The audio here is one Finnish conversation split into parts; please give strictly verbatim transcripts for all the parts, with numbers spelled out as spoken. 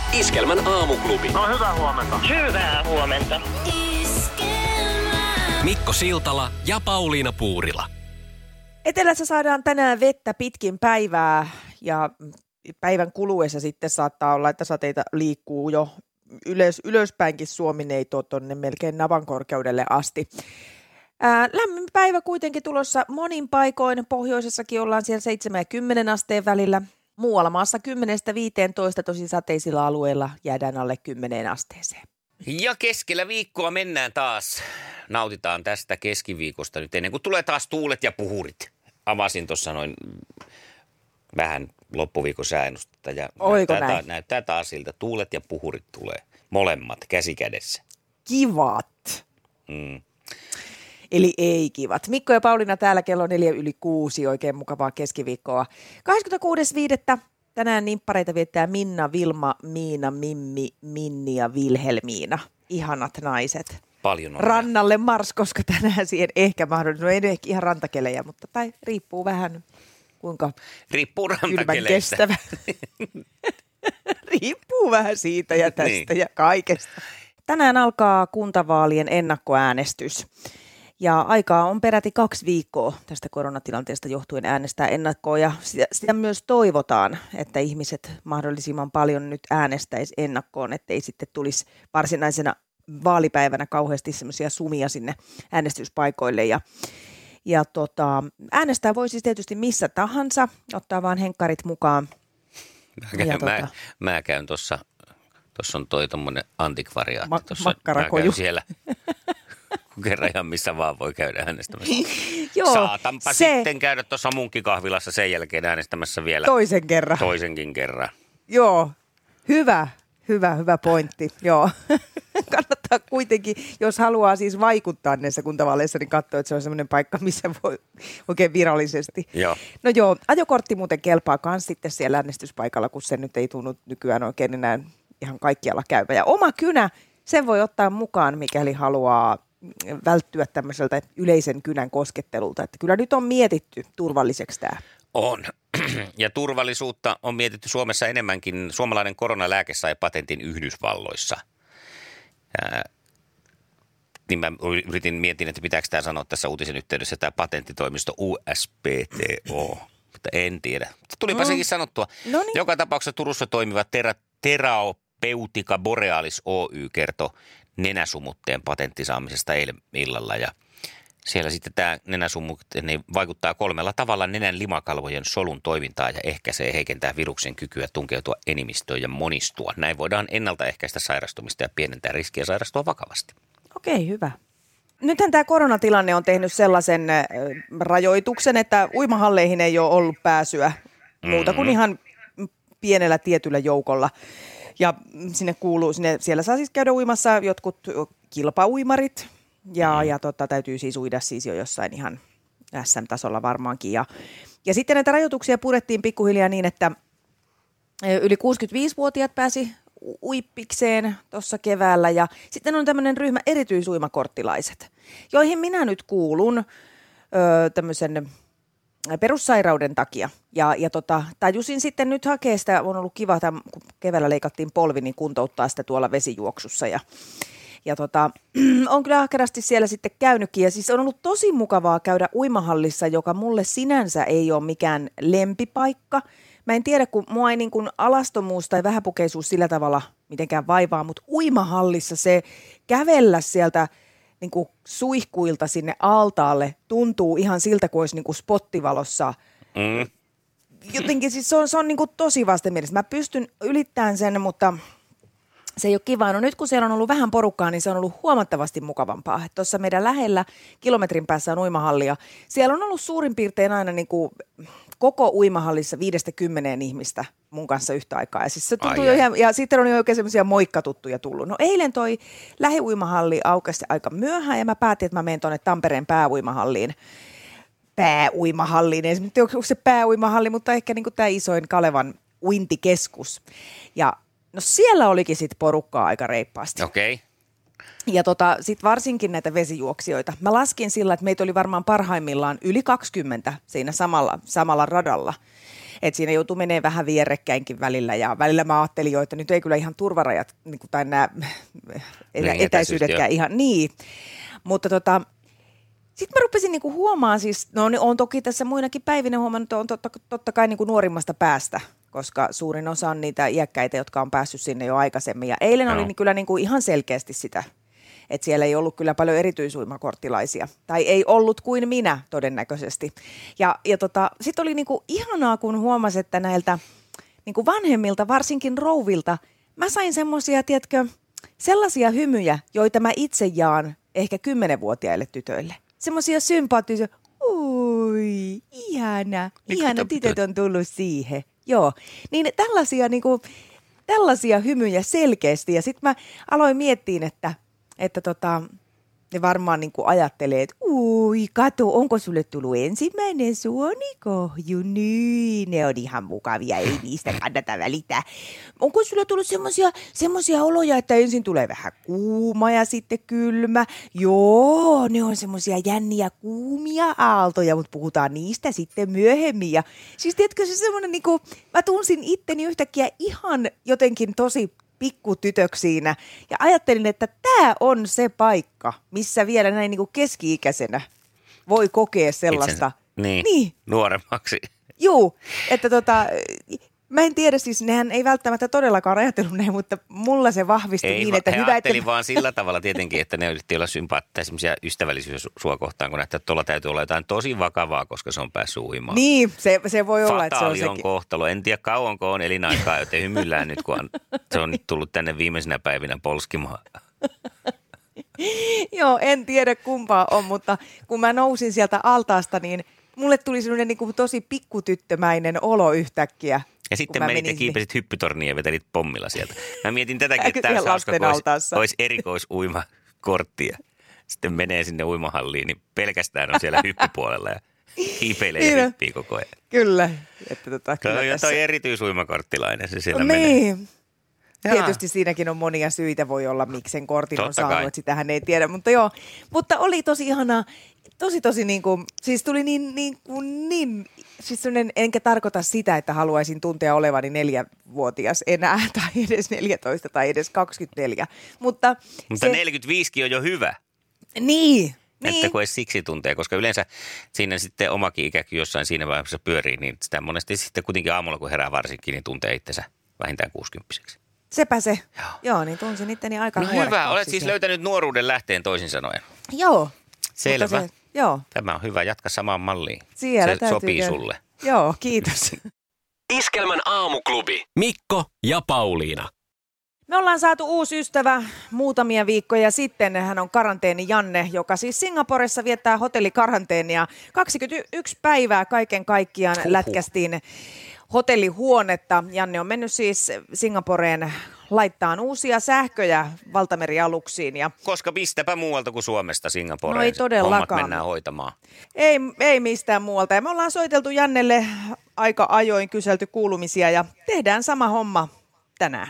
Iskelmän aamuklubi. No hyvää huomenta. Hyvää huomenta. Mikko Siltala ja Pauliina Puurila. Etelässä saadaan tänään vettä pitkin päivää ja päivän kuluessa sitten saattaa olla, että sateita liikkuu jo ylös, ylöspäinkin Suomineitoon tuonne melkein navan korkeudelle asti. Ää, lämmin päivä kuitenkin tulossa monin paikoin. Pohjoisessakin ollaan siellä seitsemän ja kymmenen asteen välillä. Muualla maassa kymmenestä viiteentoista, tosi sateisilla alueilla jäädään alle kymmeneen asteeseen. Ja keskellä viikkoa mennään taas. Nautitaan tästä keskiviikosta nyt ennen kuin tulee taas tuulet ja puhurit. Avasin tuossa noin vähän loppuviikon säännöstä ja näyttää, ta- näyttää taas siltä. Tuulet ja puhurit tulee molemmat käsi kädessä. Kivat. Mm. Eli ei kivat. Mikko ja Pauliina täällä kello neljä yli kuusi. Oikein mukavaa keskiviikkoa. kahdeskymmeneskuudes viidettä tänään nimppareita viettää Minna, Vilma, Miina, Mimmi, Minni ja Vilhelmiina. Ihanat naiset. Paljon on. Rannalle mars, koska tänään siihen ehkä mahdollista. No ei ehkä ihan rantakelejä, mutta tai riippuu vähän kuinka riippuu kylmän kestävä. Riippuu vähän siitä ja tästä niin. Ja kaikesta. Tänään alkaa kuntavaalien ennakkoäänestys. Ja aikaa on peräti kaksi viikkoa tästä koronatilanteesta johtuen äänestää ennakkoon. Ja sitä, sitä myös toivotaan, että ihmiset mahdollisimman paljon nyt äänestäisi ennakkoon, ettei sitten tulisi varsinaisena vaalipäivänä kauheasti semmoisia sumia sinne äänestyspaikoille. Ja, ja tota, äänestää voi siis tietysti missä tahansa, ottaa vaan henkkarit mukaan. Mä, ja mä, tota, mä käyn tuossa, tuossa on toi tommonen antikvariaatti. Ma- tossa, makkarakoju. Mä käyn siellä kerran ihan missä vaan voi käydä äänestämässä. Joo, Saatanpa se sitten käydä tuossa munkkikahvilassa sen jälkeen äänestämässä vielä toisen kerran. toisenkin kerran. Joo, hyvä, hyvä, hyvä pointti. Joo. Kannattaa kuitenkin, jos haluaa siis vaikuttaa näissä kuntavaaleissa, niin katsoa, että se on semmoinen paikka, missä voi oikein virallisesti. Joo. No joo, ajokortti muuten kelpaa myös sitten siellä äänestyspaikalla, kun se nyt ei tunnu nykyään oikein enää ihan kaikkialla käyvä. Ja oma kynä, sen voi ottaa mukaan, mikäli haluaa välttyä tämmöiseltä yleisen kynän koskettelulta. Että kyllä nyt on mietitty turvalliseksi tämä. On. Ja turvallisuutta on mietitty Suomessa enemmänkin. Suomalainen koronalääke sai patentin Yhdysvalloissa. Ää, niin mä yritin miettiä, että pitääkö tämä sanoa tässä uutisen yhteydessä tämä patenttitoimisto U S P T O, mutta en tiedä. Tulipa mm. sekin sanottua. Noniin. Joka tapauksessa Turussa toimiva Tera, Therapeutica Borealis Oy kertoi nenäsumutteen patenttisaamisesta eilen illalla ja siellä sitten tämä nenäsummutte niin vaikuttaa kolmella tavalla nenän limakalvojen solun toimintaa ja ehkäisee heikentää viruksen kykyä tunkeutua elimistöön ja monistua. Näin voidaan ennaltaehkäistä sairastumista ja pienentää riskiä sairastua vakavasti. Okei, hyvä. Nythän tämä koronatilanne on tehnyt sellaisen rajoituksen, että uimahalleihin ei ole ollut pääsyä muuta kuin ihan pienellä tietyllä joukolla. Ja sinne kuuluu, sinne, siellä saa siis käydä uimassa jotkut kilpauimarit ja, ja tota, täytyy siis uida siis jo jossain ihan S M-tasolla varmaankin. Ja, ja sitten näitä rajoituksia purettiin pikkuhiljaa niin, että yli kuusikymmentäviisivuotiaat pääsi uippikseen tuossa keväällä ja sitten on tämmöinen ryhmä erityisuimakorttilaiset, joihin minä nyt kuulun öö, tämmöisen perussairauden takia. Ja, ja tota, tajusin sitten nyt hakea sitä, on ollut kiva, tämän, kun keväällä leikattiin polvi, niin kuntouttaa sitä tuolla vesijuoksussa. Ja, ja tota, on kyllä ahkerasti siellä sitten käynytkin. Ja siis on ollut tosi mukavaa käydä uimahallissa, joka mulle sinänsä ei ole mikään lempipaikka. Mä en tiedä, kun mua ei niin kuin alastomuus tai vähäpukeisuus sillä tavalla mitenkään vaivaa, mutta uimahallissa se kävellä sieltä niin kuin suihkuilta sinne altaalle tuntuu ihan siltä, kuin olisi niin kuin spottivalossa. Mm. Jotenkin siis se on, se on niin kuin tosi vastenmielistä. Mä pystyn ylittämään sen, mutta se ei ole kiva. No nyt kun siellä on ollut vähän porukkaa, niin se on ollut huomattavasti mukavampaa. Tuossa meidän lähellä kilometrin päässä on uimahalli ja siellä on ollut suurin piirtein aina niin kuin koko uimahallissa viidestä kymmeneen ihmistä mun kanssa yhtä aikaa. Ja, siis se tuntuu jo ihan, ja sitten on jo oikein semmoisia moikkatuttuja tullut. No eilen toi lähiuimahalli aukesi aika myöhään ja mä päätin, että mä menen tuonne Tampereen pääuimahalliin. Pääuimahalliin, ei se onko se pääuimahalli, mutta ehkä niin kuin tämä isoin Kalevan uintikeskus. Ja no siellä olikin sitten porukkaa aika reippaasti. Okei. Okay. Ja tota, sitten varsinkin näitä vesijuoksijoita. Mä laskin sillä, että meitä oli varmaan parhaimmillaan yli kaksikymmentä siinä samalla, samalla radalla. että siinä joutuu menee vähän vierekkäinkin välillä ja välillä mä ajattelin jo, että nyt ei kyllä ihan turvarajat niin kuin, tai nämä Niin, etäisyydetkään ihan niin, mutta tota sitten mä rupesin niinku huomaan siis, no on toki tässä muinakin päivinä huomannut, on totta, totta kai niinku nuorimmasta päästä, koska suurin osa on niitä iäkkäitä, jotka on päässyt sinne jo aikaisemmin. Ja eilen no. oli niin kyllä niinku ihan selkeästi sitä, että siellä ei ollut kyllä paljon erityisuimakorttilaisia. Tai ei ollut kuin minä todennäköisesti. Ja, ja tota, sitten oli niinku ihanaa, kun huomasi, että näiltä niinku vanhemmilta, varsinkin rouvilta, mä sain semmoisia, tiedätkö, sellaisia hymyjä, joita mä itse jaan ehkä kymmenvuotiaille tytöille. Semmoisia sympaattisia, oi, ihana, Miksi ihana tytöt on tullut siihen. Joo, niin tällaisia, niin kuin, tällaisia hymyjä selkeästi. Ja sitten mä aloin miettiä, että, että tota, ne varmaan niin kuin ajattelee, että ui, kato, onko sulle tullut ensimmäinen suonikohju? Niin, ne on ihan mukavia, ei niistä kannata välittää. Onko sulle tullut semmoisia semmoisia oloja, että ensin tulee vähän kuuma ja sitten kylmä? Joo, ne on semmoisia jänniä kuumia aaltoja, mutta puhutaan niistä sitten myöhemmin. Ja, siis tiedätkö se semmoinen, niin kuin, mä tunsin itteni yhtäkkiä ihan jotenkin tosi pikkutytöksi siinä. Ja ajattelin, että tämä on se paikka, missä vielä näin niin kuin keski-ikäisenä voi kokea sellaista. Itsensä, niin, niin, nuoremmaksi. Juu, että tota, mä en tiedä siis, nehän ei välttämättä todellakaan ajatellut näin, mutta mulla se vahvistui ei, niin, että he hyvä, ajatteli että vaan sillä tavalla tietenkin, että ne yritti olla sympaattisia, semmoisia ystävällisyys sua kohtaan, kun näyttää, että tuolla täytyy olla jotain tosi vakavaa, koska se on päässyt uimaan. Niin, se, se voi olla, että se on sekin. sekin. on kohtalo. En tiedä kauanko on elinaikaa, joten hymyillään nyt, kun on, se on nyt tullut tänne viimeisenä päivinä polskimaan. Joo, en tiedä kumpaa on, mutta kun mä nousin sieltä altaasta, niin mulle tuli sellainen niin kuin tosi pikkutyttömäinen olo yhtäkkiä. Ja sitten menit ja kiipesit hyppytorniin ja vetelit pommilla sieltä. Mä mietin tätäkin, että tämä hauska, kun olisi, olisi erikoisuimakorttia. Sitten menee sinne uimahalliin, niin pelkästään on siellä hyppypuolella ja kiipeilee ja hyppii koko ajan. Kyllä. Että tota, kyllä on jotain erityisuimakorttilainen, se siellä niin. menee. Tietysti siinäkin on monia syitä voi olla, miksi sen kortin Totta on saanut, kai. että sitähän ei tiedä. Mutta joo, mutta oli tosi ihanaa, tosi tosi niin kuin, siis tuli niin, niin kuin niin, siis sellainen, enkä tarkoita sitä, että haluaisin tuntea olevani neljävuotias enää, tai edes neljätoista tai edes kaksikymmentäneljä. Mutta, mutta se, neljäkymmentäviisi on jo hyvä. Niin. Että niin. kun ei siksi tuntee, koska yleensä siinä sitten omakin ikäkin jossain siinä vaiheessa pyörii, niin sitä monesti sitten kuitenkin aamulla, kun herää varsinkin, niin tuntee itsensä vähintään kuusikymppiseksi. Sepä se. Joo, Joo niin tunsin itteni aika no hyvä, olet siis löytänyt nuoruuden lähteen toisin sanoen. Joo. Selvä. Se, joo. Tämä on hyvä, jatka samaan malliin. Siellä se sopii käydä. Sulle. Joo, kiitos. Iskelmän aamuklubi. Mikko ja Pauliina. Me ollaan saatu uusi ystävä muutamia viikkoja sitten. Hän on karanteeni Janne, joka siis Singaporessa viettää hotellikaranteenia. kaksikymmentäyksi päivää kaiken kaikkiaan Uhuh. lätkästiin hotellihuonetta. Janne on mennyt siis Singaporeen laittaan uusia sähköjä valtamerialuksiin. Ja koska mistäpä muualta kuin Suomesta Singaporeen no ei todellakaan. Hommat mennään hoitamaan. Ei, ei mistään muualta. Ja me ollaan soiteltu Jannelle aika ajoin, kyselty kuulumisia ja tehdään sama homma tänään.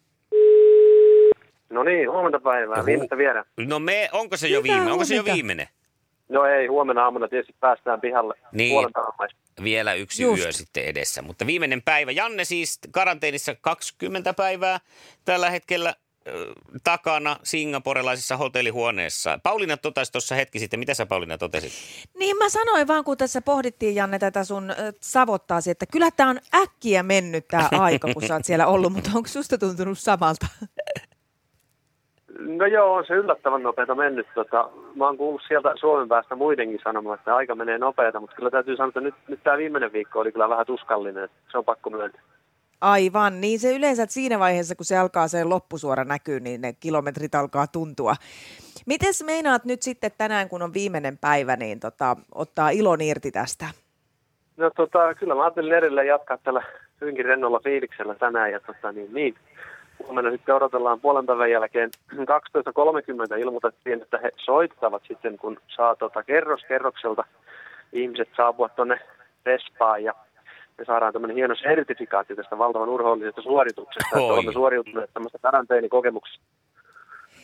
No niin, huomenta päivää. Viimeistä viedä. No me, onko se jo Hyvää viimeinen? Onko se jo huomenta. viimeinen? No ei, huomenna aamuna tietysti päästään pihalle Niin. puolen päivän. Vielä yksi Just. yö sitten edessä, mutta viimeinen päivä. Janne siis karanteenissa kaksikymmentä päivää tällä hetkellä äh, takana singaporelaisessa hotellihuoneessa. Pauliina totesi tuossa hetki sitten. Mitä sä Pauliina totesit? Niin mä sanoin vaan, kun tässä pohdittiin Janne tätä sun äh, savottaasi, että kyllä tää on äkkiä mennyt tää aika, kun sä oot siellä ollut, mutta onko susta tuntunut samalta? No joo, on se yllättävän nopeata mennyt. Tota, mä oon kuullut sieltä Suomen päästä muidenkin sanomaan, että aika menee nopeata, mutta kyllä täytyy sanoa, että nyt, nyt tämä viimeinen viikko oli kyllä vähän tuskallinen. Se on pakko myöntää. Aivan, niin se yleensä että siinä vaiheessa, kun se alkaa se loppusuora näkyy, niin ne kilometrit alkaa tuntua. Mites meinaat nyt sitten tänään, kun on viimeinen päivä, niin tota, ottaa ilon irti tästä? No tota, kyllä mä ajattelin edelleen jatkaa tällä hyvinkin rennolla fiiliksellä tänään ja tota niin, niin. Huomenna sitten odotellaan puolen päivän jälkeen kaksitoista kolmekymmentä ilmoitettiin, että he soittavat sitten, kun saa tota kerros kerrokselta ihmiset saapua tuonne Vespaan ja me saadaan tämmöinen hieno sertifikaatti tästä valtavan urhoollisesta suorituksesta, että olemme suoriutuneet tämmöistä karanteenikokemuksesta.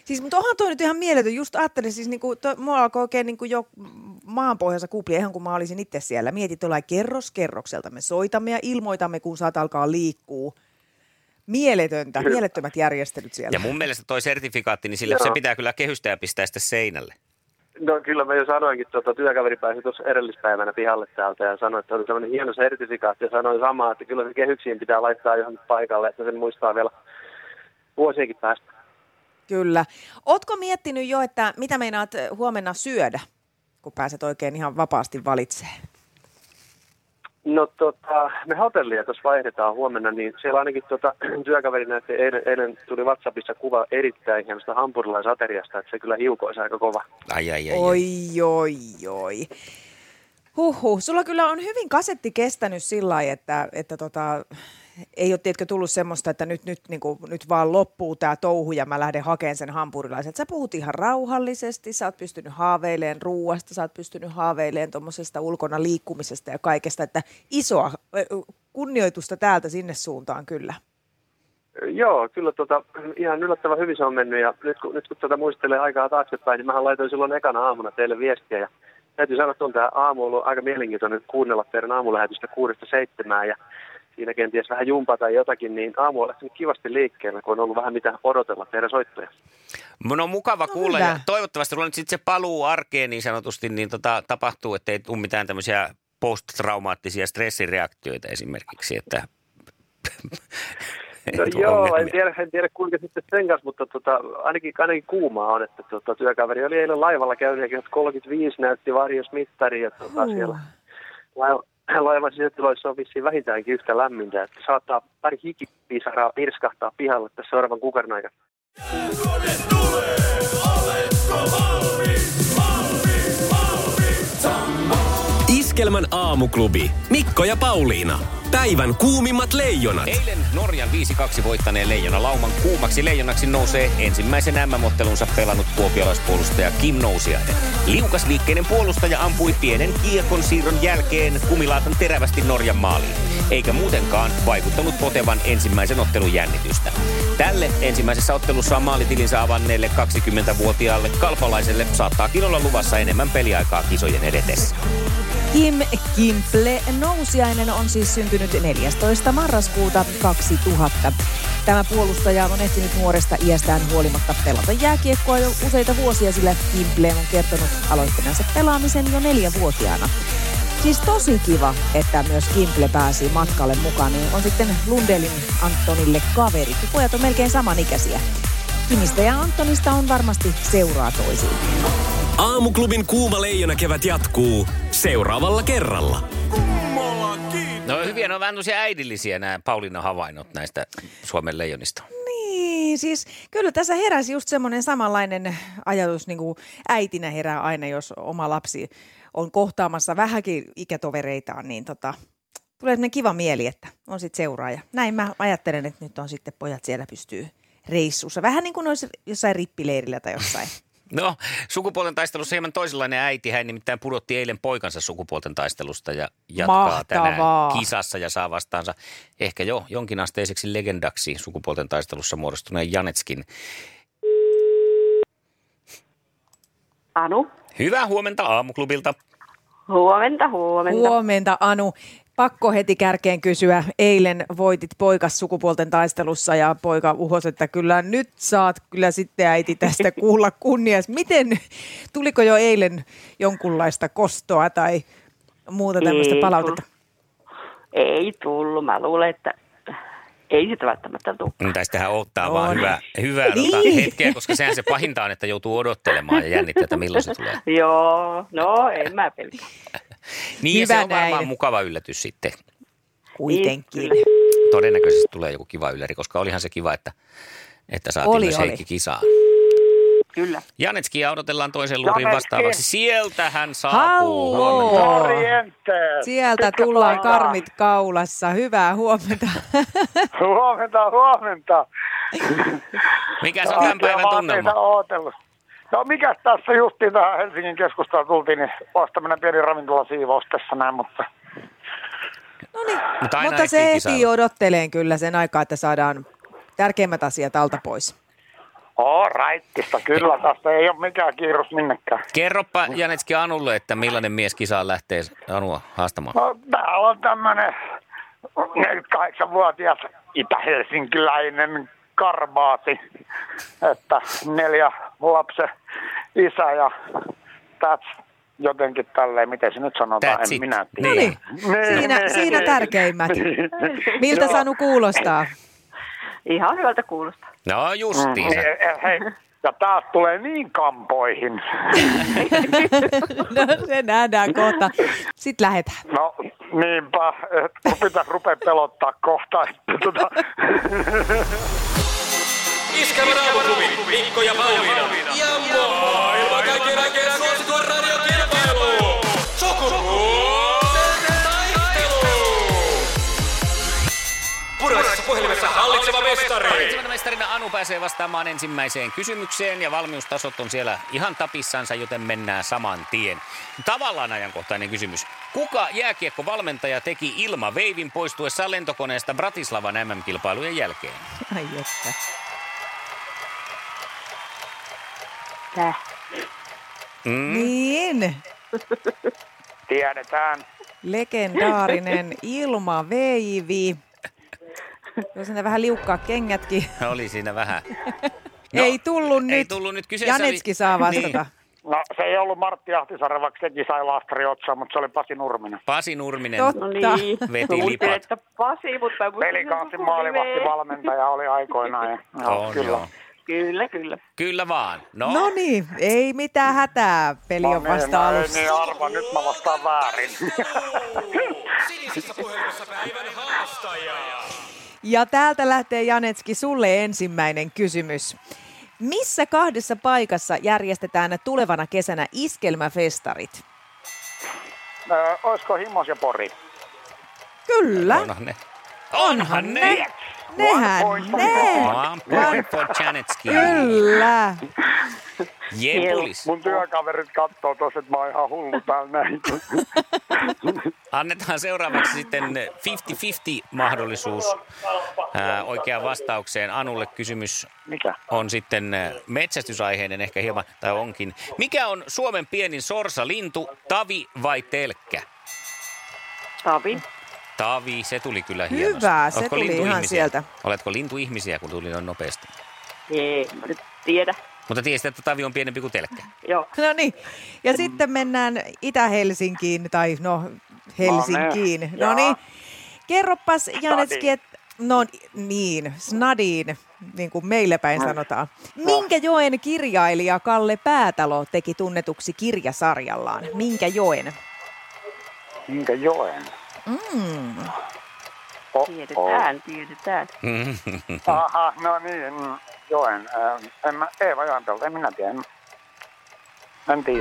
Siis, mutta onhan toi nyt ihan mieletön. Just ajattelin, siis niinku, to, mulla alkoi oikein niinku jo maanpohjassa kuplia, ihan kun mä olisin itse siellä. Mietit tuollain kerros kerrokselta. Me soitamme ja ilmoitamme, kun saat alkaa liikkuu. Mieletöntä, kyllä. Mielettömät järjestelyt siellä. Ja mun mielestä toi sertifikaatti, niin sille se pitää kyllä kehystää ja pistää sitten seinälle. No kyllä mä jo sanoinkin, että tuota, työkaveri pääsi tuossa edellispäivänä pihalle täältä ja sanoi, että oli sellainen hieno sertifikaatti ja sanoi samaa, että kyllä se kehyksiin pitää laittaa johon paikalle, että sen muistaa vielä vuosienkin päästä. Kyllä. Ootko miettinyt jo, että mitä meinaat huomenna syödä, kun pääset oikein ihan vapaasti valitsemaan? No tota, me hotellia tuossa vaihdetaan huomenna, niin siellä ainakin tota, työkaveri näytti, eilen, eilen tuli WhatsAppissa kuva erittäin hienosta hampurilaisateriasta, että se kyllä hiukoisi aika kova. Ai, ai, ai, ai. Oi, oi, oi. Huhhuh, sulla kyllä on hyvin kasetti kestänyt sillä lailla, että, että tota, ei ole tiedätkö tullut semmoista, että nyt, nyt, niin kuin, nyt vaan loppuu tämä touhu ja mä lähden hakemaan sen hampurilaisen. Sä puhut ihan rauhallisesti, sä oot pystynyt haaveilemaan ruuasta, sä oot pystynyt haaveilemaan tuommoisesta ulkona liikkumisesta ja kaikesta, että isoa kunnioitusta täältä sinne suuntaan kyllä. Joo, kyllä tota, ihan yllättävän hyvin se on mennyt ja nyt kun, nyt kun tätä muistelee aikaa taaksepäin, niin mähän laitoin silloin ekana aamuna teille viestiä ja täytyy sanoa, että on tämä aamu ollut aika mielenkiintoinen kuunnella teidän aamulähetystä kuudesta seitsemään ja siinä kenties vähän jumpaa tai jotakin, niin aamu on lähtenyt kivasti liikkeelle, kun on ollut vähän mitä odotella teidän soittoja. No mukava no, kuulla hyvä. Ja toivottavasti sulla nyt sitten se paluu arkeen niin sanotusti niin tota, tapahtuu, että ei tule mitään tämmöisiä posttraumaattisia stressireaktioita esimerkiksi, että... No joo, en tiedä, en tiedä kuinka sitten sen kanssa, mutta tota, ainakin, ainakin kuumaa on, että tota, työkaveri oli eilen laivalla käynyt ja kolmekymmentäviisi näytti varjosmittari ja tota, uh. siellä laiva, laivan sisätiloissa on vissiin vähintäänkin yhtä lämmintä, että saattaa pari hikipisaraa pirskahtaa pihalle tässä seuraavan kuukauden aikana. Iskelmän aamuklubi. Mikko ja Pauliina. Päivän kuumimmat leijonat. Eilen Norjan viisi kaksi voittaneen leijona lauman kuumaksi leijonaksi nousee ensimmäisen äm äm-ottelunsa pelannut kuopiolaispuolustaja Kim Nousiainen. Liukasliikkeinen puolustaja ampui pienen kiekon siirron jälkeen kumilaatan terävästi Norjan maaliin. Eikä muutenkaan vaikuttanut potevan ensimmäisen ottelun jännitystä. Tälle ensimmäisessä ottelussa on maalitilinsä avanneelle kaksikymmentävuotiaalle kalpalaiselle saattaakin olla luvassa enemmän peliaikaa kisojen edetessä. Kim Kimple Nousiainen on siis syntynyt neljästoista marraskuuta kaksituhatta. Tämä puolustaja on ehtinyt nuoresta iästään huolimatta pelata jääkiekkoa jo useita vuosia, sillä Kimple on kertonut aloittaneensa pelaamisen jo neljävuotiaana. Siis tosi kiva, että myös Kimple pääsi matkalle mukaan, niin on sitten Lundelin Antonille kaveri, kun pojat on melkein samanikäisiä. Kimistä ja Antonista on varmasti seuraa toisiin. Aamuklubin kuuma leijona kevät jatkuu seuraavalla kerralla. No hyviä, ne on vähän äidillisiä nämä Pauliinan havainnot näistä Suomen leijonista. Niin, siis kyllä tässä heräsi just semmoinen samanlainen ajatus, niin kuin äitinä herää aina, jos oma lapsi on kohtaamassa vähänkin ikätovereitaan, niin tota, tulee semmoinen kiva mieli, että on sitten seuraaja. Näin mä ajattelen, että nyt on sitten pojat siellä pystyy reissussa. Vähän niin kuin olisi jossain rippileirillä tai jossain. No, sukupuolten taistelussa hieman toisenlainen äiti. Hän nimittäin pudotti eilen poikansa sukupuolten taistelusta ja jatkaa Mahtavaa. tänään kisassa ja saa vastaansa ehkä jo jonkinasteiseksi legendaksi sukupuolten taistelussa muodostuneen Janetskin. Anu. Hyvää huomenta Aamuklubilta. Huomenta, huomenta. Huomenta, Anu. Pakko heti kärkeen kysyä. Eilen voitit poikas sukupuolten taistelussa ja poika uhosi, että kyllä nyt saat kyllä sitten äiti tästä kuulla kunnias. Miten, tuliko jo eilen jonkunlaista kostoa tai muuta tämmöistä ei palautetta? Tullut. Ei tullut. Mä luulen, että ei sitä välttämättä tule. No, tästähän odottaa vaan hyvää, hyvää niin. tota hetkeä, koska sehän se pahinta on, että joutuu odottelemaan ja jännittää, että milloin se tulee. Joo, no en mä pelkää. Niin Hyvä ja se on varmaan näin. mukava yllätys sitten. Kuitenkin. Todennäköisesti tulee joku kiva ylläri, koska olihan se kiva, että, että saatiin Oli, myös oli. Heikki kisaan. Kyllä. Janetskia odotellaan toisen luurin Janetski. vastaavaksi. Sieltä hän saapuu. Halloo. Morjente. Sieltä Pitkä tullaan päivää. karmit kaulassa. Hyvää huomenta. Huomenta, huomenta. Mikä se on tämän päivän tunnelma? Ootellut. No mikäs tässä justiin tähän Helsingin keskustaan tultiin, niin olisi tämmöinen pieni ravintolasiivous tässä näin, mutta... No niin, Mutta aina mutta se ehtii ehtii kisailla. odotteleen kyllä sen aikaa, että saadaan tärkeimmät asiat alta pois. Oo, raittista. Kyllä, tästä ei ole mikään kiirus minnekään. Kerropa Janetski Anulle, että millainen mies kisaan lähtee Anua haastamaan. No, täällä on tämmönen neljäkymmentäkahdeksanvuotias itä-helsinkiläinen karbaasi, että neljä lapsen isä ja that's jotenkin tälleen, miten se nyt sanotaan, That's en it. minä tiedä. No niin, siinä, siinä tärkeimmät. Miltä Joo. Sanu kuulostaa? Ihan hyvältä kuulostaa. No justiinsa. Mm, hei, ja taas tulee niin kampoihin. No se nähdään kohta. Sitten lähdetään. No niinpä, että pitäisi rupea pelottaa kohta. Että tota... Iskelmän aamuklubi, Mikko ja Pauliina. Ja maailman kaikkien aikeen suosituen radiokilpailu. Sukupuolten taistelu. Puraisessa puhelimessa hallitseva mestari. Hallitsevana mestarina Anu pääsee vastaamaan ensimmäiseen kysymykseen ja valmiustasot on siellä ihan tapissansa, joten mennään saman tien. Tavallaan ajankohtainen kysymys. Kuka jääkiekkovalmentaja teki ilmaveivin poistuessaan lentokoneesta Bratislavan M M-kilpailujen jälkeen? Ai että. Täh. Mm. Niin, Tiedetään. legendaarinen ilmaveivi. Jos ne vähän liukkaa kengätkin. Oli siinä vähän. No, ei tullut nyt. Ei tullut nyt. Kyseessä Janetski oli... saa vastata. Niin. No se ei ollut Martti Ahtisaari, vaikka sekin sai laastari otsaan, mutta se oli Pasi Nurminen. Pasi Nurminen. Totta. No niin. Veti Mä muistin, lipat. että Pasi, mutta mä muistin Pelikanssin sen maalivahtivalmentaja oli aikoinaan. Ja, no, On, kyllä. joo. Kyllä, kyllä. Kyllä vaan. No, No niin, ei mitään hätää. Peli No on niin, vasta mä alussa. en niin arva, nyt mä vastaan väärin. Sinisessä puhelimessa päivän haastaja. Ja täältä lähtee Janetski sulle ensimmäinen kysymys. Missä kahdessa paikassa järjestetään tulevana kesänä iskelmäfestarit? Ö, olisiko Himos ja Pori? Kyllä, onhan ne. Onhan ne. Yes! nehän One point for ne. One point for Janetski. Kyllä. Jebulis. Mun työkaverit kattoo tossa, että mä oon ihan hullu täällä näin. Annetaan seuraavaksi sitten viisikymmentä viisikymmentä mahdollisuus ää, oikeaan vastaukseen. Anulle kysymys Mikä? on sitten ää, metsästysaiheinen ehkä hieman, tai onkin. Mikä on Suomen pienin sorsalintu, tavi vai telkkä? Tavi. Tavi, se tuli kyllä hienosti. Hyvä, se Oletko tuli ihan lintuihmisiä? sieltä. Oletko lintuihmisiä, kun tuli noin nopeasti? Ei, mä nyt tiedä. Mutta tiesit, että tavi on pienempi kuin telkkä. Joo. No niin, ja sitten mennään Itä-Helsinkiin, tai no Helsinkiin. No ne, No niin, jaa. kerropas Janetski, Snadiin. että no niin, Snadiin, niin kuin meille päin sanotaan. Minkä joen kirjailija Kalle Päätalo teki tunnetuksi kirjasarjallaan? Minkä joen? Minkä joen? Mm. Oh, Tiedetään, tiedetään. oh. Aha, no niin, mm, joen. Äh, en mä, Eeva Joenpelto, en minä tiedä. En, en tiedä.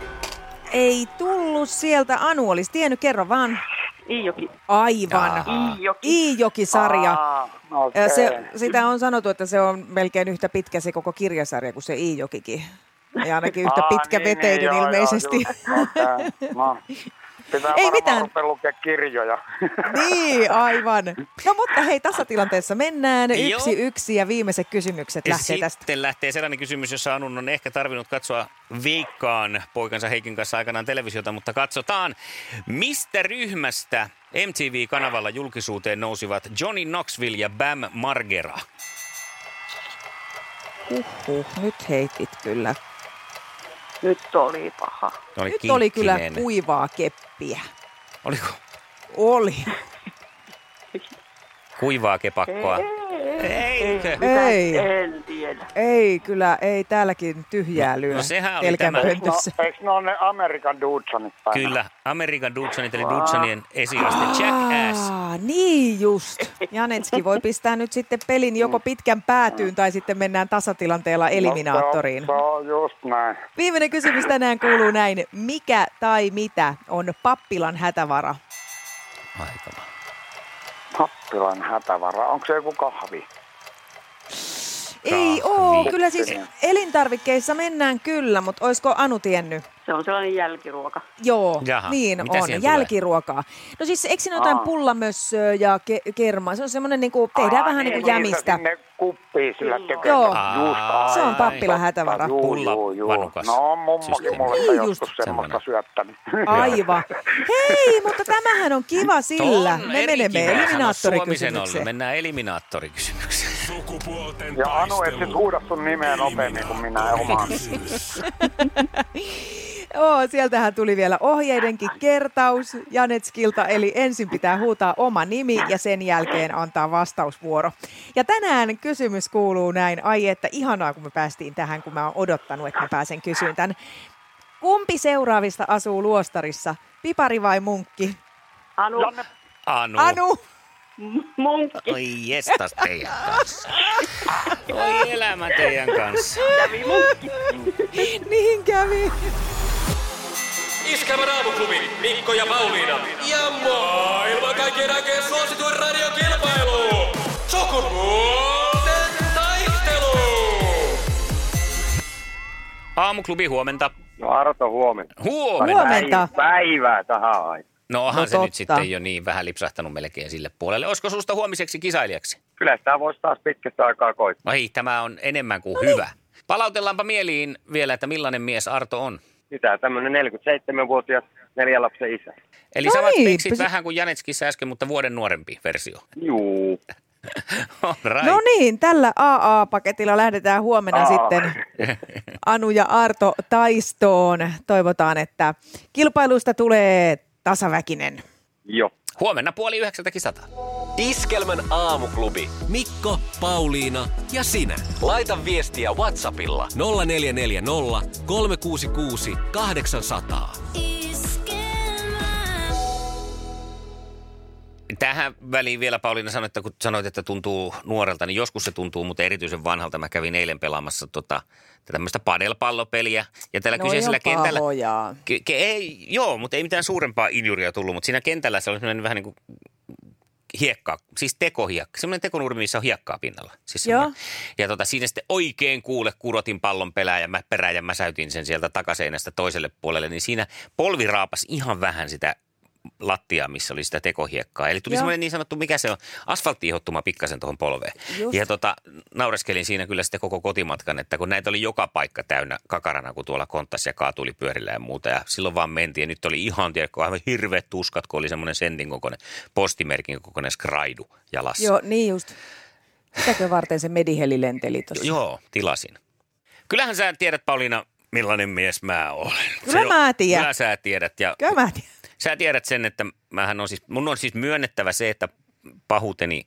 Ei tullut sieltä. Anu olisi tiennyt, kerro vaan. Iijoki. Aivan. Jaa. Iijoki. Iijoki-sarja. Ah, okay. Ja se, sitä on sanottu, että se on melkein yhtä pitkä se koko kirjasarja kuin se Iijokikin. Ja ainakin yhtä pitkä niin, veteinen niin, ilmeisesti. Joo, just, okay. No, pitää Ei varmaan mitään. rupea lukea kirjoja. Niin, aivan. No mutta hei, tasatilanteessa mennään. Yksi Joo. yksi ja viimeiset kysymykset Ja lähtee tästä. sitten lähtee sellainen kysymys, jossa Anun on ehkä tarvinnut katsoa Veikkaan poikansa Heikin kanssa aikanaan televisiota, mutta katsotaan, mistä ryhmästä M T V-kanavalla julkisuuteen nousivat Johnny Knoxville ja Bam Margera. Huhhuh, nyt heitit kyllä. Nyt oli paha. Oli Nyt oli kyllä kinkkinen. kuivaa keppiä. Oliko Oli. kuivaa kepakkoa? Eikö? Ei. En tiedä. Ei kyllä, ei täälläkin tyhjää lyö. no sehän oli telkän tämä. pöntössä. No, eikö ne ole ne Amerikan Dudesonit päin? Kyllä, Amerikan Dudesonit eli Dudesonien esiaste Jackass. Aa, niin just. Janetski voi pistää nyt sitten pelin joko pitkän päätyyn tai sitten mennään tasatilanteella eliminaattoriin. No, se, on, se on just näin. Viimeinen kysymys tänään kuuluu näin. Mikä tai mitä on pappilan hätävara? Aika. Pappilan hätävara. Onko se joku kahvi? Ei Kahvi. oo, kyllä siis elintarvikkeissa mennään kyllä, mutta olisiko Anu tiennyt? Se on sellainen jälkiruoka. Joo, Jaha, niin mitä on. siihen Jälkiruokaa. No siis eikö siinä jotain Aa. pullamössöä ja ke- kermaa? Se on semmoinen, niin kuin, tehdään Aa, vähän niin kuin jämistä. Sinne kuppiin sillä tekee. Joo. Just, Se on ai, pappilan totta. hätävara. Juu, Pulla juu, juu. vanukas No on mummokin systeemi. mulle Niin joskus just. semmoista syöttänyt. Aivan. Hei, mutta tämähän on kiva sillä. On Me eri menemme kiva. Sano eliminaattorikysymykseen. Suomisen ollut. Mennään eliminaattorikysymykseen. Sukupuolten Ja Anu, et taistelu. sit huuda sun nimeä nopeammin kuin minä omaan. Oo, sieltähän tuli vielä ohjeidenkin kertaus Janetskilta, eli ensin pitää huutaa oma nimi ja sen jälkeen antaa vastausvuoro. Ja tänään kysymys kuuluu näin, ai että ihanaa kun me päästiin tähän, kun mä oon odottanut, että mä pääsen kysyyn tän. Kumpi seuraavista asuu luostarissa, pipari vai munkki? Anu, Janne, Anu. Anu! munkki, Oi jestas teidän kanssa. Oi elämä teidän kanssa. kävi munkki. Niin kävi. Iskävä Raamuklubi, Mikko ja Pauliina. Ja maailman kaikkien aikeen suosituen radiokilpailu. Sukupuolten taistelu. Aamuklubi, huomenta. No Arto, huomenta. Huomenta. Huomenta. Päivää tähän aikaan. No onhan No se nyt totta. sitten jo niin vähän lipsahtanut melkein sille puolelle. Olisiko susta huomiseksi kisailijaksi? Kyllä sitä voisi taas pitkästä aikaa koittaa. Ai, tämä on enemmän kuin hyvä. Palautellaanpa mieliin vielä, että millainen mies Arto on. Mitä tämmönen neljäkymmentäseitsemänvuotias neljän lapsen isä. Eli No samat niin, speksit pysy- vähän kuin Janetskissä äsken, mutta vuoden nuorempi versio. Juu. All right. No niin, tällä A A-paketilla lähdetään huomenna Aa. sitten Anu ja Arto taistoon. Toivotaan, että kilpailusta tulee tasaväkinen. Joo. Huomenna puoli yhdeksältä kisataan. Iskelmän aamuklubi. Mikko, Pauliina ja sinä. Laita viestiä WhatsAppilla nolla neljä neljä nolla, kolme kuusi kuusi, kahdeksan nolla nolla. Tähän väliin vielä Pauliina sanoi, että kun sanoit, että tuntuu nuorelta, niin joskus se tuntuu, mutta erityisen vanhalta. Mä kävin eilen pelaamassa tota, tämmöistä padelpallopeliä. Ja tällä No kyseisellä ei ole kentällä... pahoja. Ke, ke, ei, joo, mutta ei mitään suurempaa injuria tullut, mutta siinä kentällä se oli semmoinen vähän niin kuin hiekkaa, siis tekohiekka, semmoinen tekonurmi, missä on hiekkaa pinnalla. Siis Joo. ja tota, siinä sitten oikein kuule kurotin pallon pelää ja mä perään ja mä säytin sen sieltä takaseinästä toiselle puolelle, niin siinä polvi raapas ihan vähän sitä lattiaa, missä oli sitä tekohiekkaa. Eli tuli Joo. semmoinen niin sanottu, mikä se on, asfalttiihottuma pikkasen tuohon polveen. Just. Ja tota, naureskelin siinä kyllä sitten koko kotimatkan, että kun näitä oli joka paikka täynnä kakarana, kun tuolla konttas ja kaatuli pyörillä ja muuta. Ja silloin vaan mentiin ja nyt oli ihan, tiedätkö, aivan hirveät tuskat, kun oli semmoinen sentin kokoinen, postimerkin kokoinen skraidu jalassa. Joo, niin just. Mitäkö varten se Mediheli lenteli tuossa? Joo, tilasin. Kyllähän sä tiedät, Pauliina, millainen mies mä olen. Kyllä Se mä on- tiedän. Kyllä sä tiedät. Ja Kyllä mä tiedän. sä tiedät sen, että mähän on siis, mun on siis myönnettävä se, että pahuuteni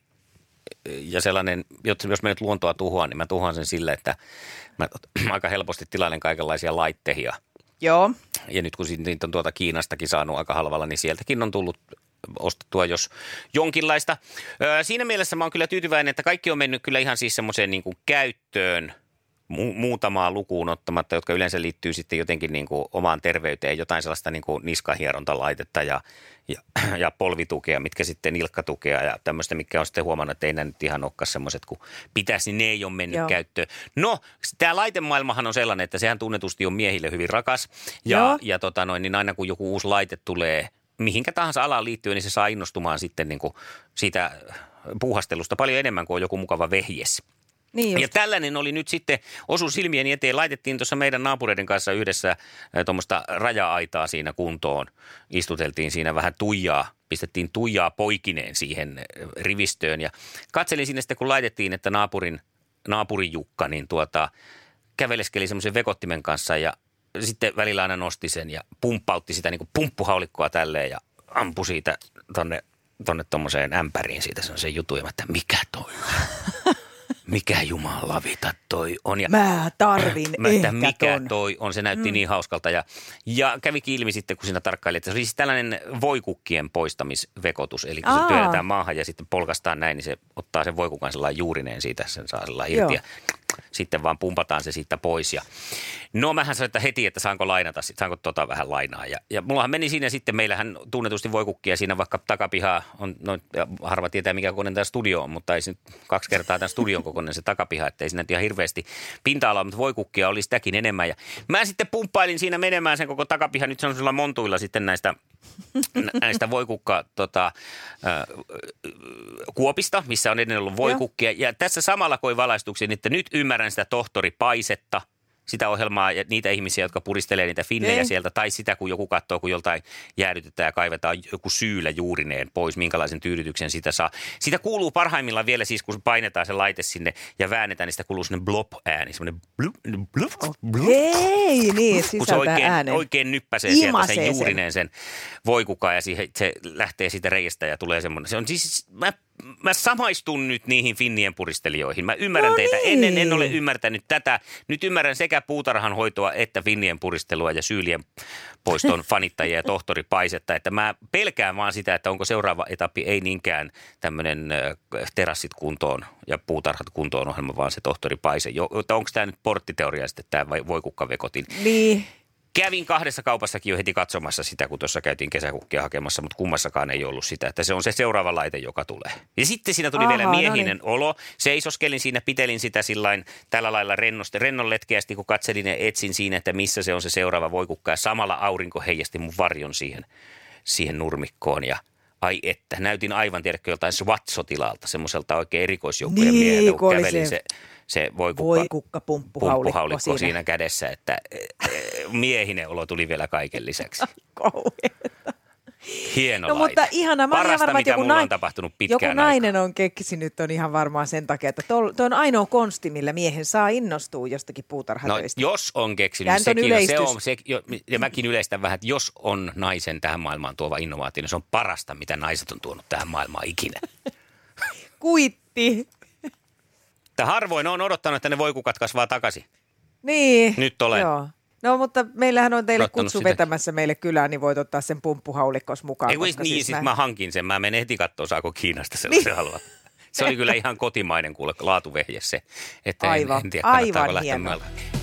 ja sellainen, jos mä nyt luontoa tuhoan, niin mä tuhoan sen sillä, että mä aika helposti tilailen kaikenlaisia laittehia. Joo. Ja nyt kun niitä on tuolta Kiinastakin saanut aika halvalla, niin sieltäkin on tullut ostettua jos jonkinlaista. Öö, siinä mielessä mä oon kyllä tyytyväinen, että kaikki on mennyt kyllä ihan siis semmoiseen niin kuin käyttöön, mu- muutamaa lukuun ottamatta, jotka yleensä liittyy sitten jotenkin niin kuin omaan terveyteen, jotain sellaista niin kuin niskahierontalaitetta ja, ja, ja polvitukea, mitkä sitten nilkkatukea ja tämmöistä, mitkä on sitten huomannut, että ei nämä nyt ihan olekaan semmoiset kuin pitäisi, niin ne ei ole mennyt Joo. käyttöön. No, tämä laitemaailmahan on sellainen, että sehän tunnetusti on miehille hyvin rakas ja, Joo. ja tota noin, niin aina kun joku uusi laite tulee mihinkä tahansa alaan liittyen, niin se saa innostumaan sitten niin kuin siitä puuhastelusta paljon enemmän kuin on joku mukava vehjes. Niin Ja just. tällainen oli nyt sitten, osu silmieni eteen, laitettiin tuossa meidän naapureiden kanssa yhdessä tuommoista raja-aitaa siinä kuntoon. Istuteltiin siinä vähän tuijaa, pistettiin tuijaa poikineen siihen rivistöön ja katselin sinne sitten, kun laitettiin, että naapurin, naapurin Jukka, niin tuota, käveleskeli semmoisen vekottimen kanssa ja sitten välillä aina nosti sen ja pumppautti sitä niin kuin pumppuhaulikkoa tälleen ja ampui siitä tonne, tonne tommoseen ämpäriin siitä semmoisen jutun, että mikä toi on? Mikä Jumala vita toi on? Ja Mä tarvin mä, että ehkä mikä ton. toi on, se näytti mm. niin hauskalta. Ja, ja kävikin ilmi sitten, kun siinä tarkkaili, että se oli siis tällainen voikukkien poistamisvekotus. Eli kun Aa. se työnnetään maahan ja sitten polkastaan näin, niin se ottaa sen voikukan sellainen juurineen siitä, sen saa sellainen irti. Joo. Ja sitten vaan pumpataan se siitä pois. Ja no mähän sanoin, että heti, että saanko lainata, saanko tota vähän lainaa. Ja, ja mullahan meni siinä sitten, meillähän tunnetusti voikukkia siinä vaikka takapiha on, no harva tietää mikä kokoinen tämä studio on, mutta ei se nyt kaksi kertaa tämän studion kokoinen se takapiha, että ei siinä ihan hirveästi pinta-alaa, mutta voikukkia oli sitäkin enemmän. Ja mä sitten pumppailin siinä menemään sen koko takapiha nyt sellaisilla montuilla sitten näistä, näistä voikukka tota, äh, kuopista, missä on edelleen ollut voikukkia. Ja tässä samalla koin valaistuksen, että nyt ymmärrän sitä tohtori Paisetta, sitä ohjelmaa ja niitä ihmisiä, jotka puristelee niitä finnejä sieltä, tai sitä, kun joku katsoo, kun joltain jäädytetään ja kaivetaan joku syylä juurineen pois, minkälaisen tyydytyksen sitä saa. Sitä kuuluu parhaimmillaan vielä siis, kun painetaan se laite sinne ja väännetään, niin sitä kuuluu sellainen blop-ääni, semmoinen blup, blup, blup. Ei, niin, kun se oikein, äänen. oikein nyppäsee Imasee sieltä sen juurineen sen voikukaan ja siihen, se lähtee siitä reiästä ja tulee semmoinen. Se on siis, mä Mä samaistun nyt niihin finnien puristelijoihin. Mä ymmärrän no teitä. Niin. Ennen en ole ymmärtänyt tätä. Nyt ymmärrän sekä puutarhan hoitoa että finnien puristelua ja syylien poiston fanittajia ja tohtori Paisetta. Että mä pelkään vaan sitä, että onko seuraava etappi ei niinkään tämmöinen terassit kuntoon ja puutarhat kuntoon ohjelma, vaan se tohtori Paise. Onko tämä nyt porttiteoria sitten tämä vai voikukkavekotin? Niin. Kävin kahdessa kaupassakin jo heti katsomassa sitä, kun tuossa käytiin kesäkukkia hakemassa, mutta kummassakaan ei ollut sitä, että se on se seuraava laite, joka tulee. Ja sitten siinä tuli Aha, vielä miehinen no niin. olo. Seisoskelin siinä, pitelin sitä sillain, tällä lailla rennosti, rennon letkeästi, kun katselin ja etsin siinä, että missä se on se seuraava voikukka. Ja samalla aurinko heijasti mun varjon siihen, siihen nurmikkoon ja ai että, näytin aivan tiedäkö joltain SWAT-sotilalta, semmoiselta oikein erikoisjoukkojen niin, mieheltä, kun kävelin se, se voikukka, voikukka pumppuhaulikko, pumppuhaulikko siinä. siinä kädessä, että miehinen olo tuli vielä kaiken lisäksi. Kauheeta. Hieno no, laite. Mutta ihana. Mä Parasta, varma, mitä joku mulla nain, on tapahtunut pitkään joku nainen aikaa. On keksinyt, on ihan varmaan sen takia, että tuo on ainoa konsti, millä miehen saa innostua jostakin puutarhatöistä. No jos on keksinyt, on sekin, se on, se, ja mäkin yleistän vähän, että jos on naisen tähän maailmaan tuova innovaatio, niin se on parasta, mitä naiset on tuonut tähän maailmaan ikinä. Kuitti. Että harvoin on odottanut, että ne voikukat kasvaa takaisin. Niin. Nyt olen. Joo. No mutta meillähän on teille Odottanut kutsu sitä. Vetämässä meille kylään, niin voit ottaa sen pumppuhaulikkos mukaan. Ei niin, siis siis mä... mä hankin sen. Mä menen heti katsoa, saako Kiinasta sellaisen niin. haluaa. Se oli kyllä ihan kotimainen kuule laatuvehje se. Että aivan, en, en tiedä, aivan hieno. lähteä